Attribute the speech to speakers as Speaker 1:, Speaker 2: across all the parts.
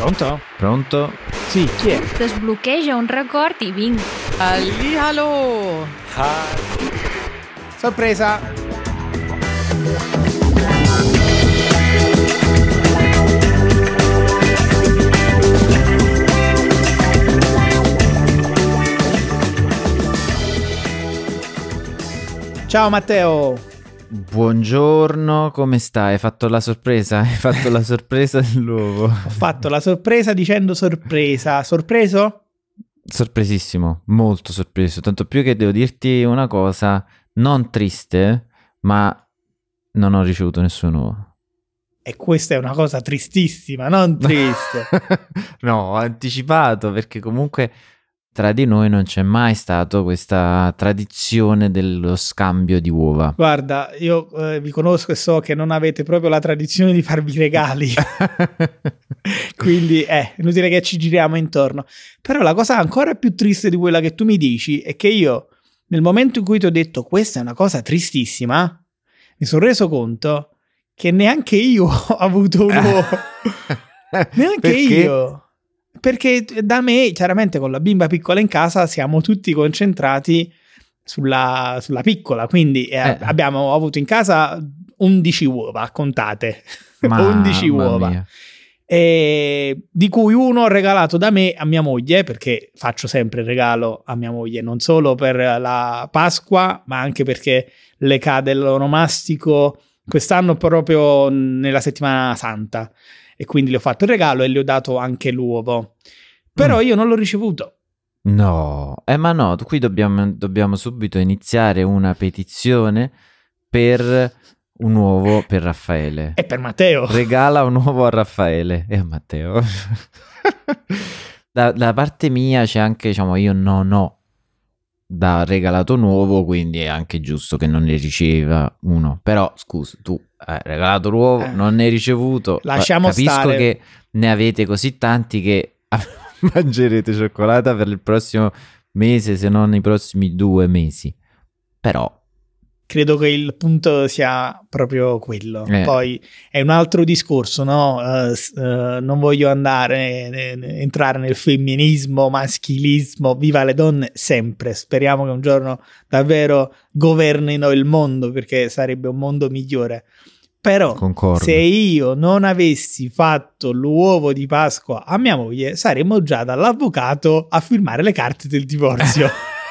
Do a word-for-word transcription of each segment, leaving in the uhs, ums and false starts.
Speaker 1: Pronto?
Speaker 2: Pronto?
Speaker 1: Sì, chi è?
Speaker 3: Sbloccheggia un record i vinc.
Speaker 4: Allihalo!
Speaker 1: Ah. Sorpresa! Ciao Matteo!
Speaker 2: Buongiorno, come stai? Hai fatto la sorpresa? Hai fatto la sorpresa dell'uovo?
Speaker 1: Ho fatto la sorpresa dicendo sorpresa. Sorpreso?
Speaker 2: Sorpresissimo, molto sorpreso. Tanto più che devo dirti una cosa, non triste, ma non ho ricevuto nessun uovo.
Speaker 1: E questa è una cosa tristissima, non triste.
Speaker 2: No, ho anticipato, perché comunque tra di noi non c'è mai stato questa tradizione dello scambio di uova.
Speaker 1: Guarda, io eh, vi conosco e so che non avete proprio la tradizione di farvi regali. Quindi è inutile che ci giriamo intorno. Però la cosa ancora più triste di quella che tu mi dici è che io, nel momento in cui ti ho detto questa è una cosa tristissima, mi sono reso conto che neanche io ho avuto un uovo. Neanche
Speaker 2: Perché?
Speaker 1: io. Perché da me, chiaramente con la bimba piccola in casa, siamo tutti concentrati sulla, sulla piccola, quindi eh,
Speaker 2: Eh.
Speaker 1: abbiamo avuto in casa undici uova, contate,
Speaker 2: Mamma
Speaker 1: undici uova,
Speaker 2: mia.
Speaker 1: e di cui uno regalato da me a mia moglie, perché faccio sempre il regalo a mia moglie, non solo per la Pasqua, ma anche perché le cade l'onomastico quest'anno proprio nella settimana santa. E quindi le ho fatto il regalo e le ho dato anche l'uovo. Però
Speaker 2: Mm.
Speaker 1: io non l'ho ricevuto.
Speaker 2: No, eh ma no, qui dobbiamo, dobbiamo subito iniziare una petizione per un uovo per Raffaele.
Speaker 1: E per Matteo.
Speaker 2: Regala un uovo a Raffaele e a Matteo. da, da parte mia c'è anche, diciamo, io non ho da regalato nuovo, quindi è anche giusto che non ne riceva uno. Però scusa, tu hai regalato l'uovo,
Speaker 1: Eh.
Speaker 2: non ne hai ricevuto.
Speaker 1: Lasciamo
Speaker 2: Capisco
Speaker 1: stare.
Speaker 2: che ne avete così tanti che mangerete cioccolata per il prossimo mese, se non i prossimi due mesi. Però
Speaker 1: Credo che il punto sia proprio quello.
Speaker 2: Eh.
Speaker 1: Poi è un altro discorso, no? Eh, s- eh, non voglio andare, ne- ne- entrare nel femminismo, maschilismo, viva le donne sempre. Speriamo che un giorno davvero governino il mondo, perché sarebbe un mondo migliore. Però
Speaker 2: concordo.
Speaker 1: se io non avessi fatto l'uovo di Pasqua a mia moglie, saremmo già dall'avvocato a firmare le carte del divorzio.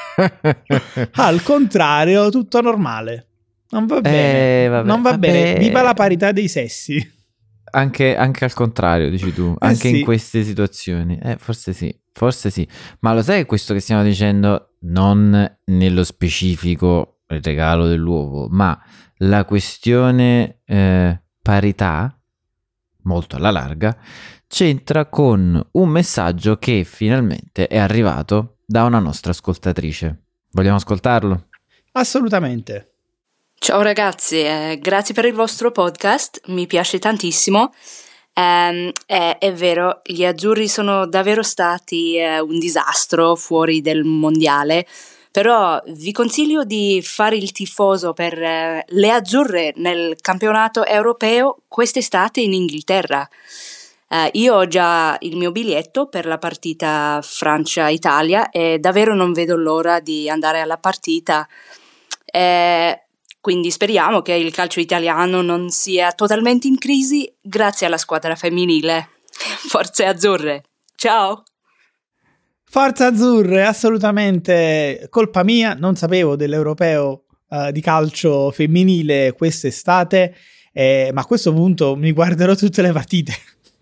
Speaker 1: Al contrario, tutto normale. Non va bene.
Speaker 2: Eh, vabbè,
Speaker 1: non va
Speaker 2: vabbè.
Speaker 1: bene. Viva la parità dei sessi.
Speaker 2: Anche, anche al contrario, dici tu,
Speaker 1: Eh
Speaker 2: anche
Speaker 1: sì.
Speaker 2: in queste situazioni, eh, forse sì, forse sì, ma lo sai che questo che stiamo dicendo non nello specifico il regalo dell'uovo, ma la questione eh, parità, molto alla larga, c'entra con un messaggio che finalmente è arrivato da una nostra ascoltatrice. Vogliamo ascoltarlo?
Speaker 1: Assolutamente.
Speaker 5: Ciao ragazzi, eh, grazie per il vostro podcast, mi piace tantissimo. Ehm, è, è vero, gli azzurri sono davvero stati eh, un disastro fuori del mondiale, però vi consiglio di fare il tifoso per eh, le azzurre nel campionato europeo quest'estate in Inghilterra. Eh, io ho già il mio biglietto per la partita Francia-Italia e davvero non vedo l'ora di andare alla partita. Eh, quindi speriamo che il calcio italiano non sia totalmente in crisi grazie alla squadra femminile. Forze azzurre, ciao!
Speaker 1: Forza azzurre, assolutamente colpa mia. Non sapevo dell'europeo eh, di calcio femminile quest'estate, eh, ma a questo punto mi guarderò tutte le partite.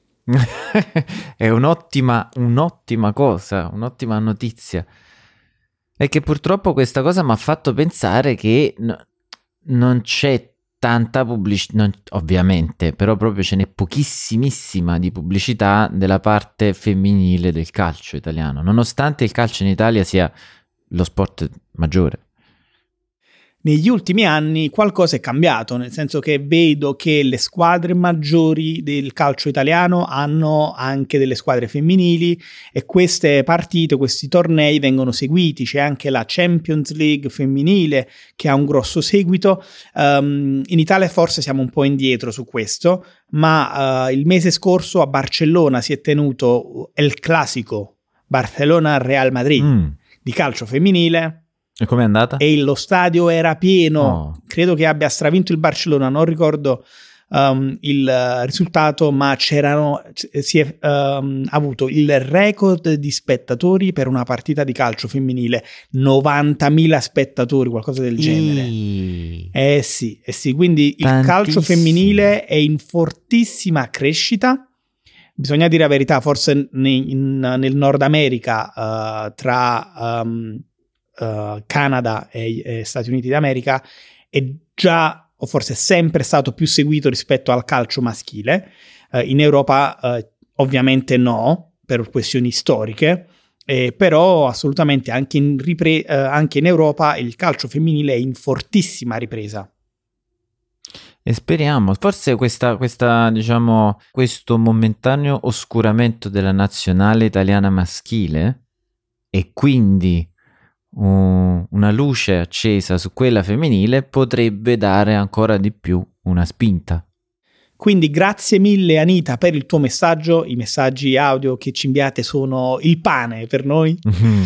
Speaker 2: È un'ottima, un'ottima cosa, un'ottima notizia. È che purtroppo questa cosa mi ha fatto pensare che no- non c'è tanta pubblicità, ovviamente, però proprio ce n'è pochissimissima di pubblicità della parte femminile del calcio italiano, nonostante il calcio in Italia sia lo sport maggiore.
Speaker 1: negli ultimi anni qualcosa è cambiato, nel senso che vedo che le squadre maggiori del calcio italiano hanno anche delle squadre femminili e queste partite, questi tornei vengono seguiti. C'è anche la Champions League femminile che ha un grosso seguito. Um, in Italia forse siamo un po' indietro su questo, ma uh, il mese scorso a Barcellona si è tenuto il classico Barcellona-Real Madrid mm. di calcio femminile.
Speaker 2: E com'è andata?
Speaker 1: E lo stadio era pieno,
Speaker 2: oh.
Speaker 1: credo che abbia stravinto il Barcellona, non ricordo um, il uh, risultato, ma c'erano, si è um, avuto il record di spettatori per una partita di calcio femminile, novantamila spettatori, qualcosa del genere.
Speaker 2: Eeeh.
Speaker 1: Eh sì, eh sì, quindi
Speaker 2: Tantissimo.
Speaker 1: Il calcio femminile è in fortissima crescita. Bisogna dire la verità, forse in, in, nel Nord America uh, tra... Um, Uh, Canada e, e Stati Uniti d'America è già o forse è sempre stato più seguito rispetto al calcio maschile. Uh, in Europa uh, ovviamente no, per questioni storiche, eh, però assolutamente anche in, ripre- uh, anche in Europa il calcio femminile è in fortissima ripresa.
Speaker 2: E speriamo, forse questa, questa, diciamo, questo momentaneo oscuramento della nazionale italiana maschile e quindi una luce accesa su quella femminile potrebbe dare ancora di più una spinta.
Speaker 1: Quindi grazie mille Anita per il tuo messaggio, i messaggi audio che ci inviate sono il pane per noi. Mm-hmm.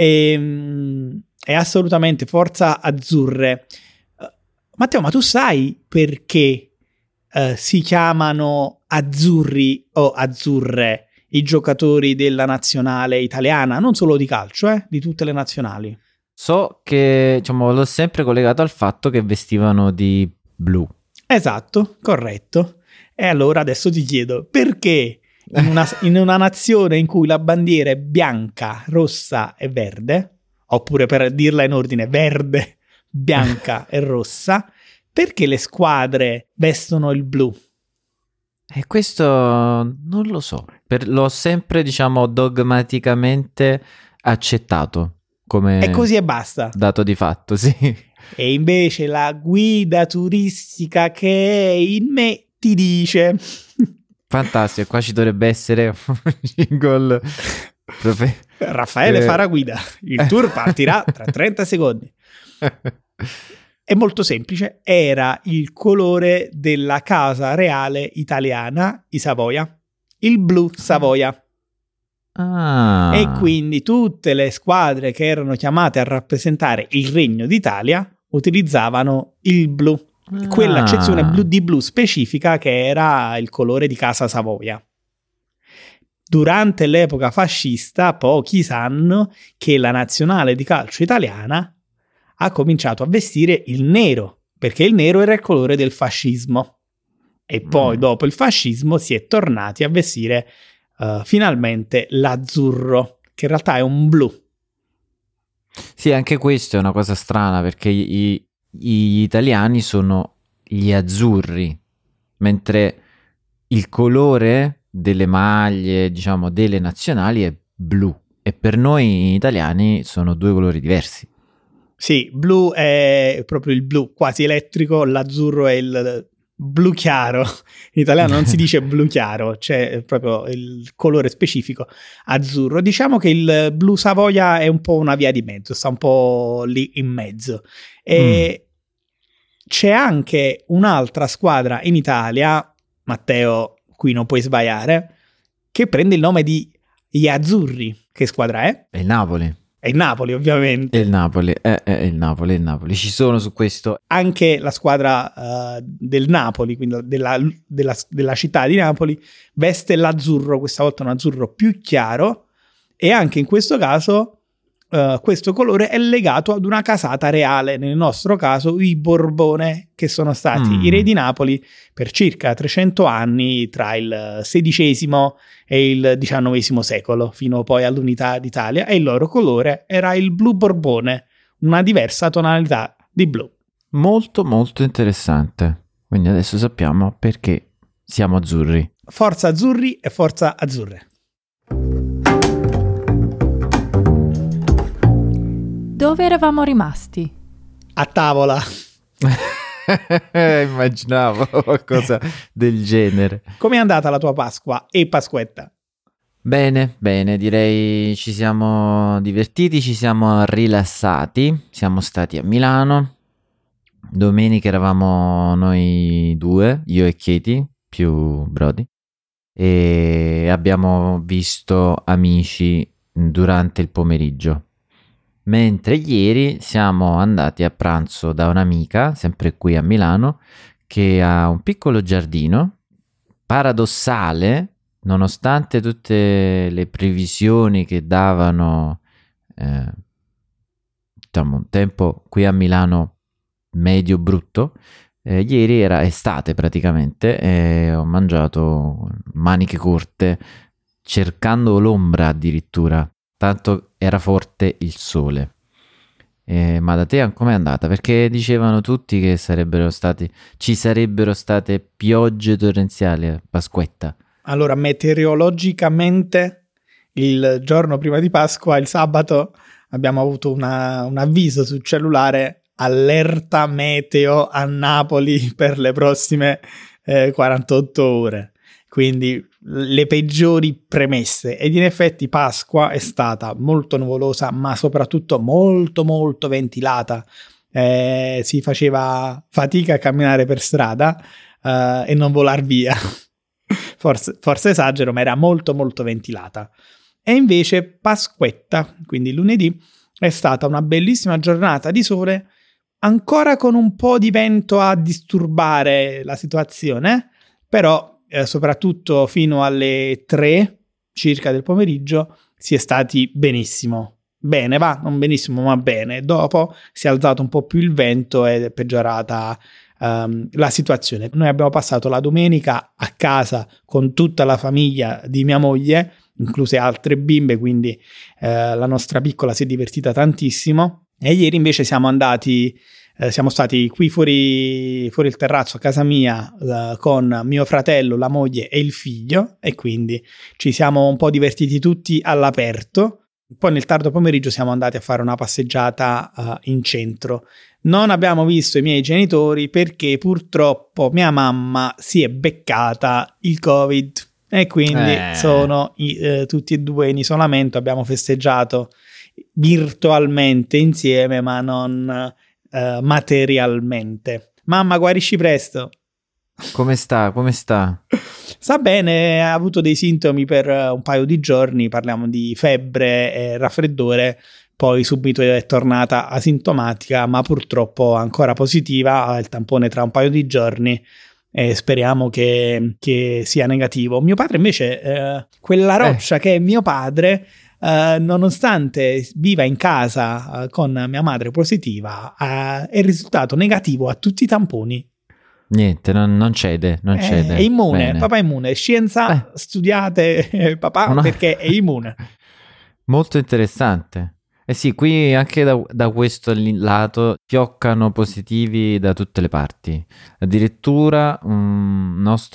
Speaker 1: E, e assolutamente forza azzurre. uh, Matteo, ma tu sai perché uh, si chiamano azzurri o azzurre i giocatori della nazionale italiana, non solo di calcio, eh, di tutte le nazionali?
Speaker 2: So che, diciamo, l'ho sempre collegato al fatto che vestivano di blu.
Speaker 1: Esatto, corretto. E allora adesso ti chiedo, perché in una, in una nazione in cui la bandiera è bianca, rossa e verde, oppure per dirla in ordine, verde, bianca e rossa, perché le squadre vestono il blu?
Speaker 2: E questo non lo so, per, l'ho sempre, diciamo, dogmaticamente accettato come
Speaker 1: e così e basta,
Speaker 2: dato di fatto, sì.
Speaker 1: E invece la guida turistica che è in me ti dice
Speaker 2: fantastico, qua ci dovrebbe essere un jingle profe-
Speaker 1: Raffaele
Speaker 2: eh.
Speaker 1: farà guida, il tour partirà tra trenta secondi. È molto semplice, era il colore della casa reale italiana, i Savoia, il blu Savoia.
Speaker 2: Ah.
Speaker 1: E quindi tutte le squadre che erano chiamate a rappresentare il Regno d'Italia utilizzavano il blu, ah. quell'accezione blu di blu specifica che era il colore di casa Savoia. Durante l'epoca fascista, pochi sanno che la nazionale di calcio italiana ha cominciato a vestire il nero, perché il nero era il colore del fascismo. E poi, mm. dopo il fascismo, si è tornati a vestire uh, finalmente l'azzurro, che in realtà è un blu.
Speaker 2: Sì, anche questo è una cosa strana, perché i, gli italiani sono gli azzurri, mentre il colore delle maglie, diciamo, delle nazionali è blu. E per noi italiani sono due colori diversi.
Speaker 1: Sì, blu è proprio il blu quasi elettrico, l'azzurro è il blu chiaro. In italiano non si dice blu chiaro, c'è proprio il colore specifico azzurro. Diciamo che il blu Savoia è un po' una via di mezzo, sta un po' lì in mezzo. E mm. c'è anche un'altra squadra in Italia, Matteo, qui non puoi sbagliare, che prende il nome di Gli Azzurri. Che squadra è?
Speaker 2: È il Napoli.
Speaker 1: È il Napoli, ovviamente.
Speaker 2: È il Napoli, è, è il Napoli, è il Napoli. Ci sono su questo.
Speaker 1: Anche la squadra uh, del Napoli, quindi della, della, della città di Napoli, veste l'azzurro, questa volta un azzurro più chiaro, e anche in questo caso uh, questo colore è legato ad una casata reale, nel nostro caso i Borbone, che sono stati mm. i re di Napoli per circa trecento anni tra il sedicesimo e il diciannovesimo secolo, fino poi all'unità d'Italia, e il loro colore era il blu Borbone, una diversa tonalità di blu.
Speaker 2: Molto molto interessante, quindi adesso sappiamo perché siamo azzurri.
Speaker 1: Forza azzurri e forza azzurre.
Speaker 4: Dove eravamo rimasti?
Speaker 1: a tavola.
Speaker 2: Immaginavo qualcosa del genere.
Speaker 1: Com'è andata la tua Pasqua e Pasquetta?
Speaker 2: Bene, bene, direi ci siamo divertiti, ci siamo rilassati, siamo stati a Milano, domenica eravamo noi due, io e Katie, più Brody, e abbiamo visto amici durante il pomeriggio, mentre ieri siamo andati a pranzo da un'amica, sempre qui a Milano, che ha un piccolo giardino, paradossale, nonostante tutte le previsioni che davano, eh, diciamo, un tempo qui a Milano medio brutto, eh, ieri era estate praticamente e ho mangiato maniche corte cercando l'ombra addirittura, tanto era forte il sole. Eh, ma da te com'è andata? Perché dicevano tutti che sarebbero stati, ci sarebbero state piogge torrenziali a Pasquetta.
Speaker 1: Allora, meteorologicamente il giorno prima di Pasqua, il sabato, abbiamo avuto una, un avviso sul cellulare: allerta meteo a Napoli per le prossime eh, quarantotto ore. Quindi le peggiori premesse. Ed in effetti Pasqua è stata molto nuvolosa, ma soprattutto molto molto ventilata. Eh, si faceva fatica a camminare per strada eh, e non volar via. Forse, forse esagero, ma era molto molto ventilata. E invece Pasquetta, quindi lunedì, è stata una bellissima giornata di sole, ancora con un po' di vento a disturbare la situazione, però eh, soprattutto fino alle tre circa del pomeriggio si è stati benissimo. Bene, va, non benissimo, ma bene. Dopo si è alzato un po' più il vento ed è peggiorata Um, la situazione. Noi abbiamo passato la domenica a casa con tutta la famiglia di mia moglie, incluse altre bimbe, quindi eh, la nostra piccola si è divertita tantissimo. E ieri invece siamo andati, eh, siamo stati qui fuori, fuori il terrazzo a casa mia eh, con mio fratello, la moglie e il figlio, e quindi ci siamo un po' divertiti tutti all'aperto. Poi nel tardo pomeriggio siamo andati a fare una passeggiata uh, in centro. Non abbiamo visto i miei genitori perché purtroppo mia mamma si è beccata il Covid e quindi eh. sono eh, tutti e due in isolamento. Abbiamo festeggiato virtualmente insieme, ma non eh, materialmente. Mamma, guarisci presto.
Speaker 2: Come sta? Come sta?
Speaker 1: Sta bene, ha avuto dei sintomi per un paio di giorni, parliamo di febbre e raffreddore, poi subito è tornata asintomatica, ma purtroppo ancora positiva, ha il tampone tra un paio di giorni e speriamo che, che sia negativo. Mio padre invece, eh, quella roccia eh. che è mio padre, eh, nonostante viva in casa eh, con mia madre positiva, eh, è risultato negativo a tutti i tamponi.
Speaker 2: Niente, non, non cede, non
Speaker 1: è,
Speaker 2: cede.
Speaker 1: È immune,
Speaker 2: Bene.
Speaker 1: Papà è immune, scienza, eh. studiate eh, papà no. perché è immune.
Speaker 2: Molto interessante. Eh sì, qui anche da, da questo lato fioccano positivi da tutte le parti. Addirittura un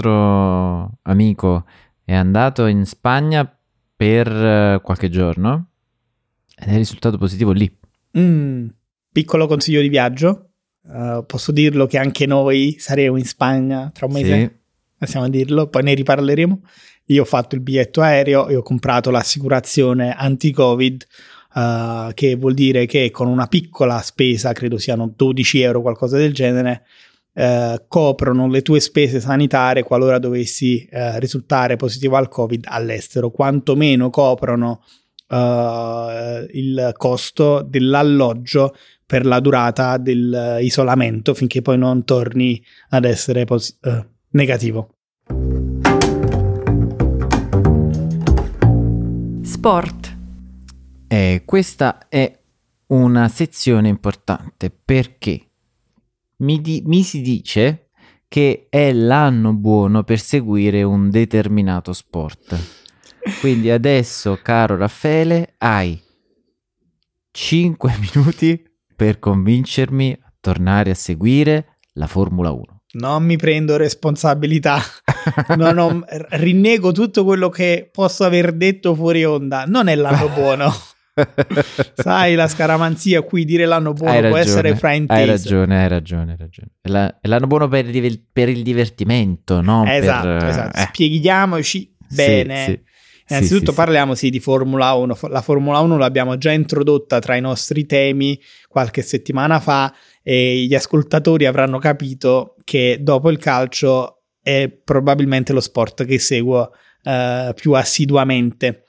Speaker 2: nostro amico è andato in Spagna per qualche giorno ed è risultato positivo lì.
Speaker 1: Mm, piccolo consiglio di viaggio. Uh, posso dirlo che anche noi saremo in Spagna tra un mese,
Speaker 2: sì.
Speaker 1: Possiamo dirlo, poi ne riparleremo. Io ho fatto il biglietto aereo e ho comprato l'assicurazione anti-Covid, uh, che vuol dire che con una piccola spesa, credo siano dodici euro, qualcosa del genere, uh, coprono le tue spese sanitarie qualora dovessi uh, risultare positivo al Covid all'estero, quantomeno coprono uh, il costo dell'alloggio per la durata dell'isolamento finché poi non torni ad essere pos- uh, negativo.
Speaker 4: Sport.
Speaker 2: Eh, questa è una sezione importante perché mi, di- mi si dice che è l'anno buono per seguire un determinato sport. Quindi adesso, caro Raffaele, hai cinque minuti per convincermi a tornare a seguire la Formula uno.
Speaker 1: Non mi prendo responsabilità, non ho, rinnego tutto quello che posso aver detto fuori onda. Non è l'anno buono. Sai, la scaramanzia qui dire l'anno buono
Speaker 2: Hai
Speaker 1: può
Speaker 2: ragione,
Speaker 1: essere frainteso.
Speaker 2: Hai ragione, hai ragione, hai ragione. È, la- è l'anno buono per il, per il divertimento, no?
Speaker 1: Esatto,
Speaker 2: per,
Speaker 1: esatto.
Speaker 2: eh.
Speaker 1: Spieghiamoci
Speaker 2: Sì,
Speaker 1: bene.
Speaker 2: sì.
Speaker 1: Innanzitutto
Speaker 2: Sì, sì,
Speaker 1: parliamo sì di Formula uno. La Formula uno l'abbiamo già introdotta tra i nostri temi qualche settimana fa e gli ascoltatori avranno capito che dopo il calcio è probabilmente lo sport che seguo eh, più assiduamente.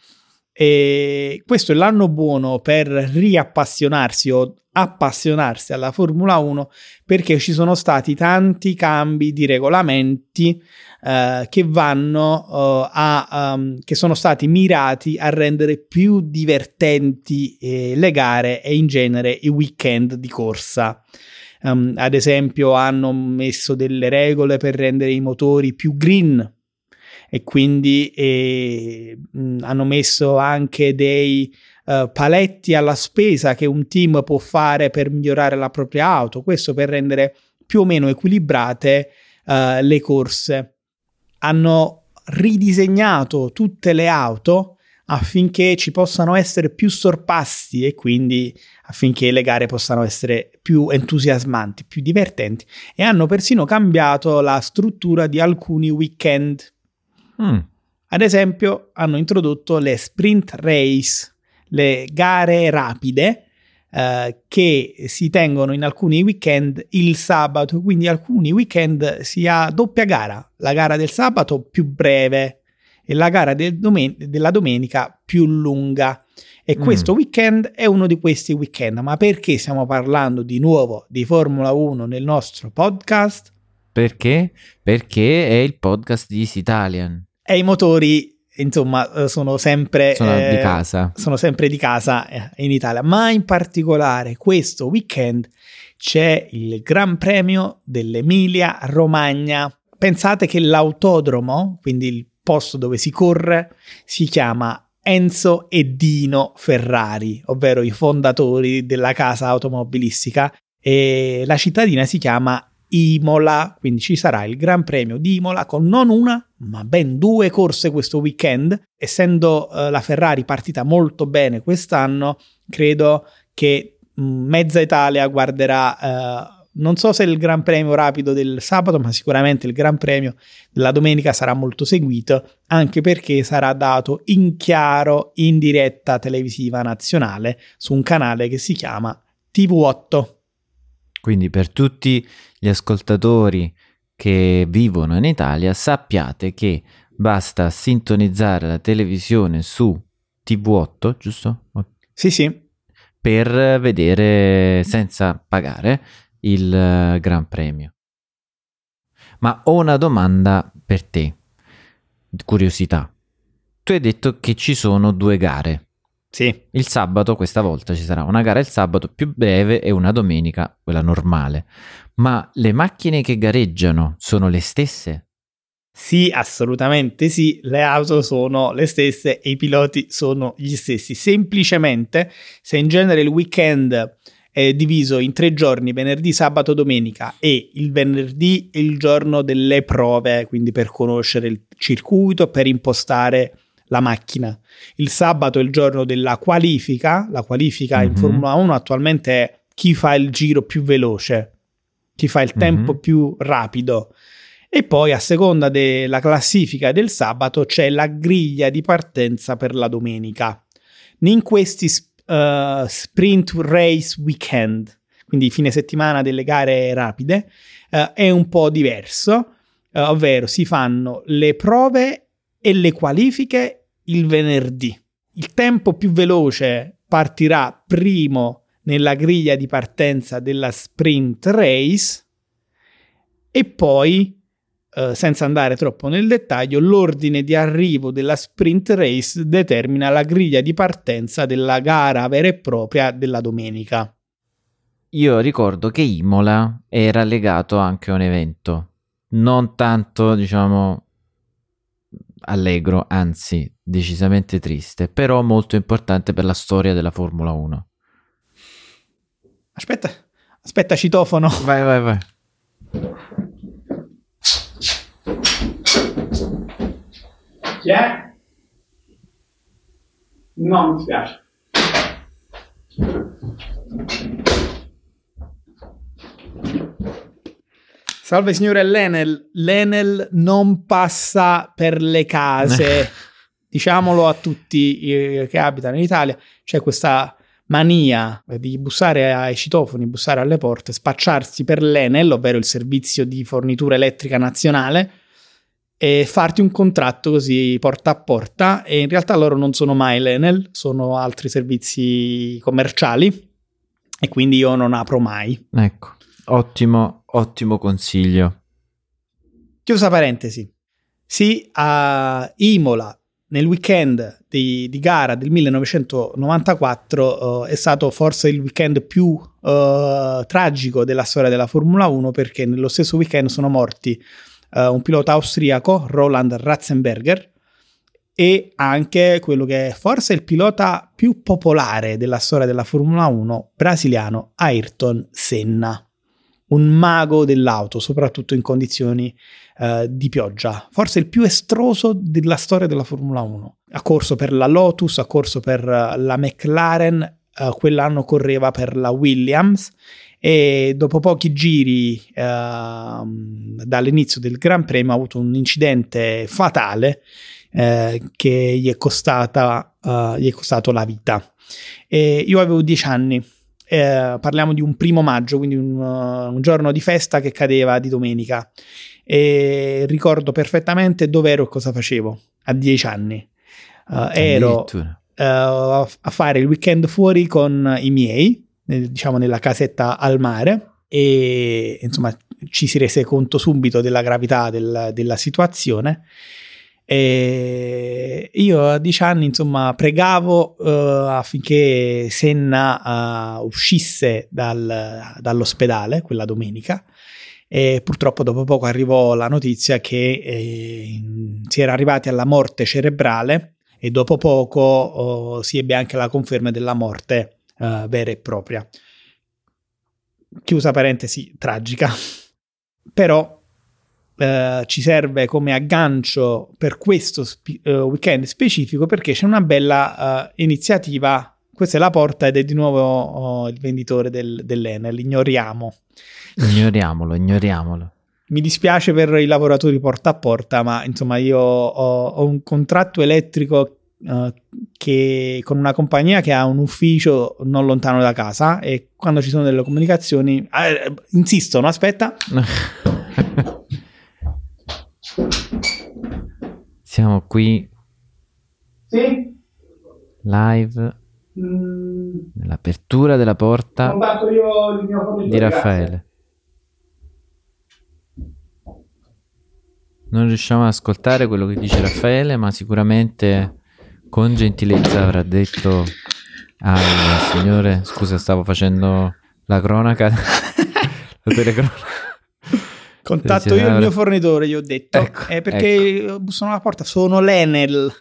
Speaker 1: E questo è l'anno buono per riappassionarsi o appassionarsi alla Formula uno, perché ci sono stati tanti cambi di regolamenti eh, che vanno uh, a um, che sono stati mirati a rendere più divertenti eh, le gare e in genere i weekend di corsa. Um, ad esempio hanno messo delle regole per rendere i motori più green e quindi eh, mh, hanno messo anche dei uh, paletti alla spesa che un team può fare per migliorare la propria auto, questo per rendere più o meno equilibrate uh, le corse. Hanno ridisegnato tutte le auto affinché ci possano essere più sorpassi e quindi affinché le gare possano essere più entusiasmanti, più divertenti, e hanno persino cambiato la struttura di alcuni weekend. Mm. Ad esempio hanno introdotto le sprint race, le gare rapide eh, che si tengono in alcuni weekend il sabato, quindi alcuni weekend si ha doppia gara, la gara del sabato più breve e la gara del domen- della domenica più lunga, e mm. questo weekend è uno di questi weekend. Ma perché stiamo parlando di nuovo di Formula uno nel nostro podcast?
Speaker 2: Perché? Perché è il podcast di Easy Italian.
Speaker 1: E i motori, insomma, sono sempre
Speaker 2: sono
Speaker 1: eh,
Speaker 2: di casa.
Speaker 1: Sono sempre di casa in Italia, ma in particolare questo weekend c'è il Gran Premio dell'Emilia Romagna. Pensate che l'autodromo, quindi il posto dove si corre, si chiama Enzo e Dino Ferrari, ovvero i fondatori della casa automobilistica, e la cittadina si chiama Imola, quindi ci sarà il Gran Premio di Imola con non una ma ben due corse questo weekend. Essendo uh, la Ferrari partita molto bene quest'anno, credo che mh, mezza Italia guarderà uh, non so se il Gran Premio rapido del sabato, ma sicuramente il Gran Premio della domenica sarà molto seguito, anche perché sarà dato in chiaro in diretta televisiva nazionale su un canale che si chiama T V otto.
Speaker 2: Quindi per tutti gli ascoltatori che vivono in Italia, sappiate che basta sintonizzare la televisione su T V otto, giusto?
Speaker 1: Sì, sì.
Speaker 2: Per vedere senza pagare il uh, Gran Premio. Ma ho una domanda per te, curiosità. Tu hai detto che ci sono due gare.
Speaker 1: Sì.
Speaker 2: Il sabato, questa volta ci sarà una gara il sabato più breve e una domenica, quella normale. Ma le macchine che gareggiano sono le stesse?
Speaker 1: Sì, assolutamente sì, le auto sono le stesse e i piloti sono gli stessi. Semplicemente, se in genere il weekend è diviso in tre giorni, venerdì, sabato, domenica, e il venerdì è il giorno delle prove, quindi per conoscere il circuito, per impostare la macchina. Il sabato è il giorno della qualifica. La qualifica mm-hmm. in Formula uno attualmente è chi fa il giro più veloce, chi fa il tempo mm-hmm. più rapido. E poi a seconda della classifica del sabato c'è la griglia di partenza per la domenica. In questi uh, sprint race weekend, quindi fine settimana delle gare rapide, uh, è un po' diverso, uh, ovvero si fanno le prove e le qualifiche il venerdì. Il tempo più veloce partirà primo nella griglia di partenza della sprint race e poi, eh, senza andare troppo nel dettaglio, l'ordine di arrivo della sprint race determina la griglia di partenza della gara vera e propria della domenica.
Speaker 2: Io ricordo che Imola era legato anche a un evento, non tanto, diciamo, allegro, anzi decisamente triste, però molto importante per la storia della Formula uno.
Speaker 1: Aspetta, aspetta, citofono.
Speaker 2: Vai, vai, vai.
Speaker 1: Chi è? No, mi spiace. Salve signore l'Enel, l'Enel non passa per le case, diciamolo a tutti eh, che abitano in Italia, c'è questa mania di bussare ai citofoni, bussare alle porte, spacciarsi per l'Enel, ovvero il servizio di fornitura elettrica nazionale, e farti un contratto così porta a porta, e in realtà loro non sono mai l'Enel, sono altri servizi commerciali, e quindi io non apro mai.
Speaker 2: Ecco, ottimo. Ottimo consiglio.
Speaker 1: Chiusa parentesi. Sì, a Imola, nel weekend di, di gara del millenovecentonovantaquattro, uh, è stato forse il weekend più uh, tragico della storia della Formula uno, perché nello stesso weekend sono morti uh, un pilota austriaco, Roland Ratzenberger, e anche quello che è forse il pilota più popolare della storia della Formula uno, brasiliano Ayrton Senna. Un mago dell'auto, soprattutto in condizioni uh, di pioggia. Forse il più estroso della storia della Formula uno. Ha corso per la Lotus, ha corso per uh, la McLaren, uh, quell'anno correva per la Williams, e dopo pochi giri uh, dall'inizio del Gran Premio ha avuto un incidente fatale uh, che gli è, costata, uh, gli è costato la vita. E io avevo dieci anni. Eh, parliamo di un primo maggio, quindi un, uh, un giorno di festa che cadeva di domenica, e ricordo perfettamente dove ero e cosa facevo a dieci anni. Uh, ero uh, a fare il weekend fuori con i miei, nel, diciamo nella casetta al mare, e insomma ci si rese conto subito della gravità del, della situazione. E io a dieci anni insomma pregavo uh, affinché Senna uh, uscisse dal, dall'ospedale quella domenica, e purtroppo dopo poco arrivò la notizia che eh, si era arrivati alla morte cerebrale, e dopo poco uh, si ebbe anche la conferma della morte uh, vera e propria. Chiusa parentesi, tragica. Però Uh, ci serve come aggancio per questo spi- uh, weekend specifico, perché c'è una bella uh, iniziativa. Questa è la Porta ed è di nuovo uh, il venditore del, dell'Enel. Ignoriamo.
Speaker 2: Ignoriamolo, ignoriamolo.
Speaker 1: Mi dispiace per i lavoratori porta a porta, ma insomma io ho, ho un contratto elettrico uh, che con una compagnia che ha un ufficio non lontano da casa, e quando ci sono delle comunicazioni eh, insistono, aspetta.
Speaker 2: Siamo qui
Speaker 1: sì?
Speaker 2: live mm. nell'apertura della porta
Speaker 1: io il mio
Speaker 2: di Raffaele. Non riusciamo ad ascoltare quello che dice Raffaele, ma sicuramente con gentilezza avrà detto al signore: scusa, stavo facendo la cronaca, la telecronaca.
Speaker 1: Contatto io il mio fornitore, gli ho detto,
Speaker 2: ecco,
Speaker 1: è perché ecco. bussano alla porta, sono l'Enel.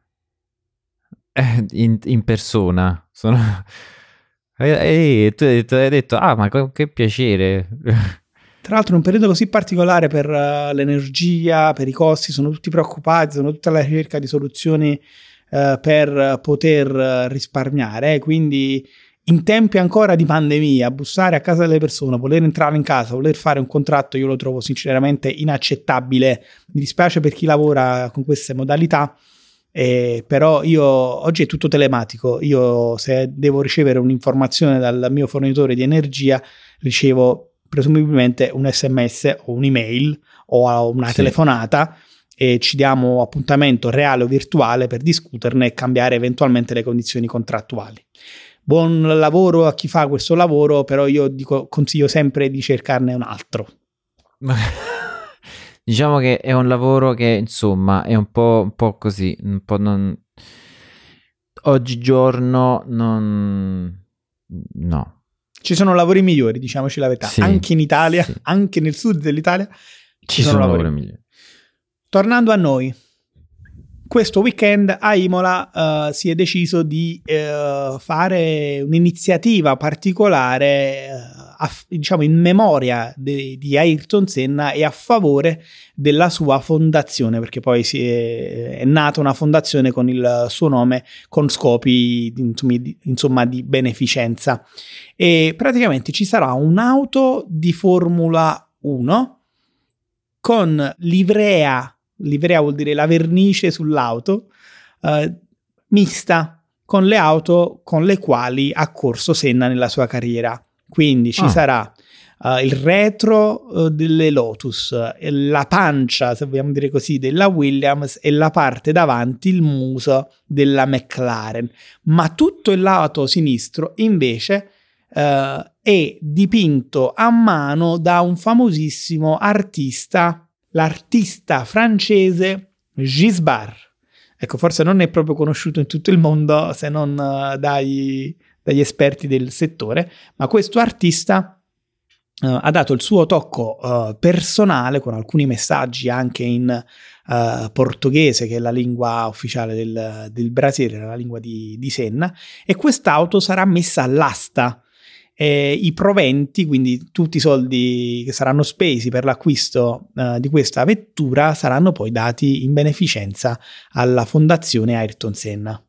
Speaker 2: Eh, in, in persona. Sono... E, e tu hai detto, hai detto, ah, ma che piacere.
Speaker 1: Tra l'altro in un periodo così particolare per uh, l'energia, per i costi, sono tutti preoccupati, sono tutti alla ricerca di soluzioni uh, per poter uh, risparmiare, eh, quindi... in tempi ancora di pandemia, bussare a casa delle persone, voler entrare in casa, voler fare un contratto, io lo trovo sinceramente inaccettabile. Mi dispiace per chi lavora con queste modalità, eh, però io oggi è tutto telematico. Io se devo ricevere un'informazione dal mio fornitore di energia, ricevo presumibilmente un sms o un'email o una sì. telefonata, e ci diamo appuntamento reale o virtuale per discuterne e cambiare eventualmente le condizioni contrattuali. Buon lavoro a chi fa questo lavoro, però io dico, consiglio sempre di cercarne un altro.
Speaker 2: Diciamo che è un lavoro che insomma è un po', un po' così, un po' non... oggigiorno non... no.
Speaker 1: Ci sono lavori migliori, diciamoci la verità, sì, anche in Italia, sì. anche nel sud dell'Italia ci, ci sono, sono lavori migliori. Tornando a noi. Questo weekend a Imola uh, si è deciso di uh, fare un'iniziativa particolare uh, a, diciamo in memoria de, di Ayrton Senna e a favore della sua fondazione, perché poi si è, è nata una fondazione con il suo nome, con scopi insomma di, insomma di beneficenza, e praticamente ci sarà un'auto di Formula uno con livrea, livrea vuol dire la vernice sull'auto, eh, mista con le auto con le quali ha corso Senna nella sua carriera. Quindi ci ah. sarà uh, il retro uh, delle Lotus, la pancia, se vogliamo dire così, della Williams e la parte davanti, il muso della McLaren. Ma tutto il lato sinistro invece uh, è dipinto a mano da un famosissimo artista, l'artista francese Gisbard. Ecco, forse non è proprio conosciuto in tutto il mondo se non uh, dai, dagli esperti del settore, ma questo artista uh, ha dato il suo tocco uh, personale con alcuni messaggi anche in uh, portoghese, che è la lingua ufficiale del, del Brasile, la lingua di, di Senna, e quest'auto sarà messa all'asta. E i proventi, quindi tutti i soldi che saranno spesi per l'acquisto uh, di questa vettura, saranno poi dati in beneficenza alla fondazione Ayrton Senna.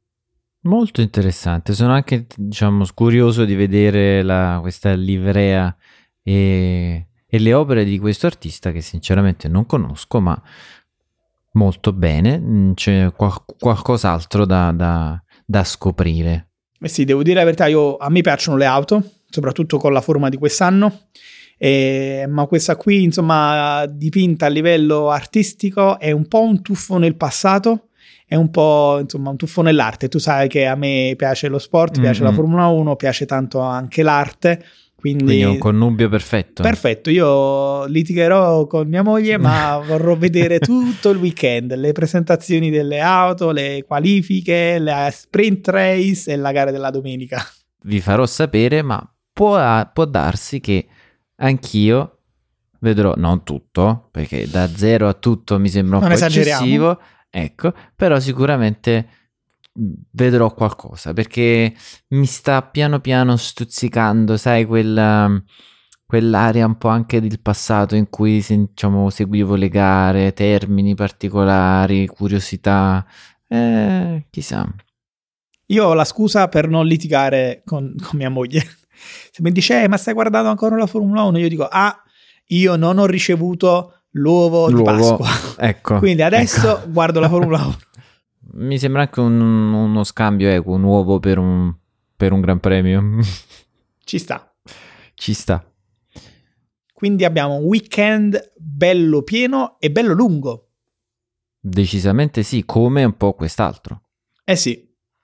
Speaker 2: Molto interessante, sono anche diciamo curioso di vedere la, questa livrea e, e le opere di questo artista che sinceramente non conosco, ma molto bene, c'è qual- qualcos'altro da, da, da scoprire.
Speaker 1: Eh sì, devo dire la verità, io, a me piacciono le auto, soprattutto con la forma di quest'anno, eh, ma questa qui, insomma, dipinta a livello artistico, è un po' un tuffo nel passato, è un po', insomma, un tuffo nell'arte. Tu sai che a me piace lo sport, mm-hmm. piace la Formula uno, piace tanto anche l'arte, quindi...
Speaker 2: Quindi è un connubio perfetto.
Speaker 1: Perfetto, io litigherò con mia moglie, ma vorrò vedere tutto il weekend, le presentazioni delle auto, le qualifiche, la sprint race e la gara della domenica.
Speaker 2: Vi farò sapere, ma può, può darsi che anch'io vedrò, non tutto, perché da zero a tutto mi sembra un non po' eccessivo, ecco, però sicuramente... vedrò qualcosa, perché mi sta piano piano stuzzicando, sai, quella, quell'area un po' anche del passato in cui diciamo, seguivo le gare, termini particolari, curiosità, eh, chissà.
Speaker 1: Io ho la scusa per non litigare con, con mia moglie. Se mi dice, eh, ma stai guardando ancora la Formula uno? Io dico, ah, io non ho ricevuto l'uovo, l'uovo di Pasqua.
Speaker 2: Ecco.
Speaker 1: Quindi adesso ecco. guardo la Formula uno.
Speaker 2: Mi sembra anche un, uno scambio equo, un uovo per un, per un gran premio.
Speaker 1: Ci sta.
Speaker 2: Ci sta.
Speaker 1: Quindi abbiamo un weekend bello pieno e bello lungo.
Speaker 2: Decisamente sì, come un po' quest'altro.
Speaker 1: Eh sì,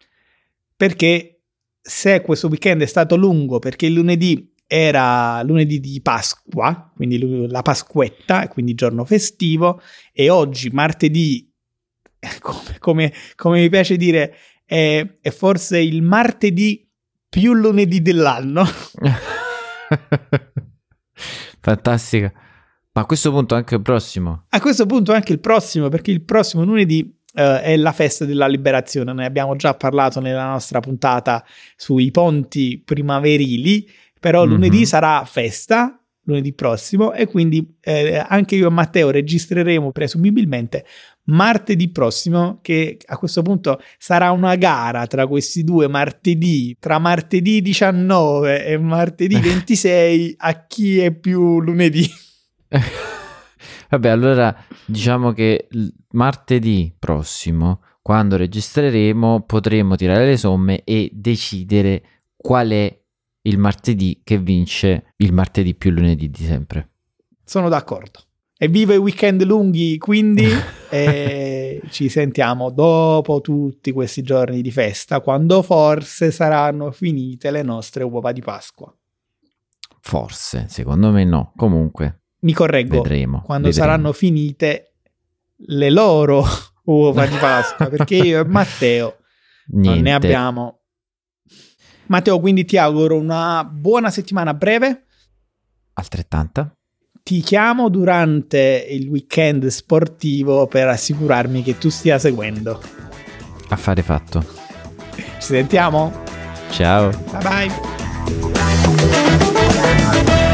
Speaker 1: perché se questo weekend è stato lungo perché il lunedì era lunedì di Pasqua, quindi la Pasquetta, quindi giorno festivo, e oggi martedì, Come, come, come mi piace dire, è, è forse il martedì più lunedì dell'anno.
Speaker 2: Fantastica. Ma a questo punto anche il prossimo.
Speaker 1: A questo punto anche il prossimo, perché il prossimo lunedì uh, è la festa della liberazione. Ne abbiamo già parlato nella nostra puntata sui ponti primaverili, però mm-hmm. lunedì sarà festa, lunedì prossimo, e quindi eh, anche io e Matteo registreremo presumibilmente martedì prossimo, che a questo punto sarà una gara tra questi due martedì, tra martedì diciannove e martedì ventisei, a chi è più lunedì.
Speaker 2: Vabbè, allora diciamo che martedì prossimo, quando registreremo, potremo tirare le somme e decidere qual è il martedì che vince il martedì più lunedì di sempre.
Speaker 1: Sono d'accordo. Evviva i weekend lunghi, quindi, e ci sentiamo dopo tutti questi giorni di festa, quando forse saranno finite le nostre uova di Pasqua.
Speaker 2: Forse, secondo me no. Comunque,
Speaker 1: mi correggo,
Speaker 2: vedremo,
Speaker 1: quando
Speaker 2: vedremo.
Speaker 1: saranno finite le loro uova di Pasqua, perché io e Matteo
Speaker 2: Niente.
Speaker 1: non ne abbiamo. Matteo, quindi ti auguro una buona settimana breve.
Speaker 2: Altrettanta.
Speaker 1: Ti chiamo durante il weekend sportivo per assicurarmi che tu stia seguendo.
Speaker 2: Affare fatto.
Speaker 1: Ci sentiamo?
Speaker 2: Ciao.
Speaker 1: Bye bye. Ciao.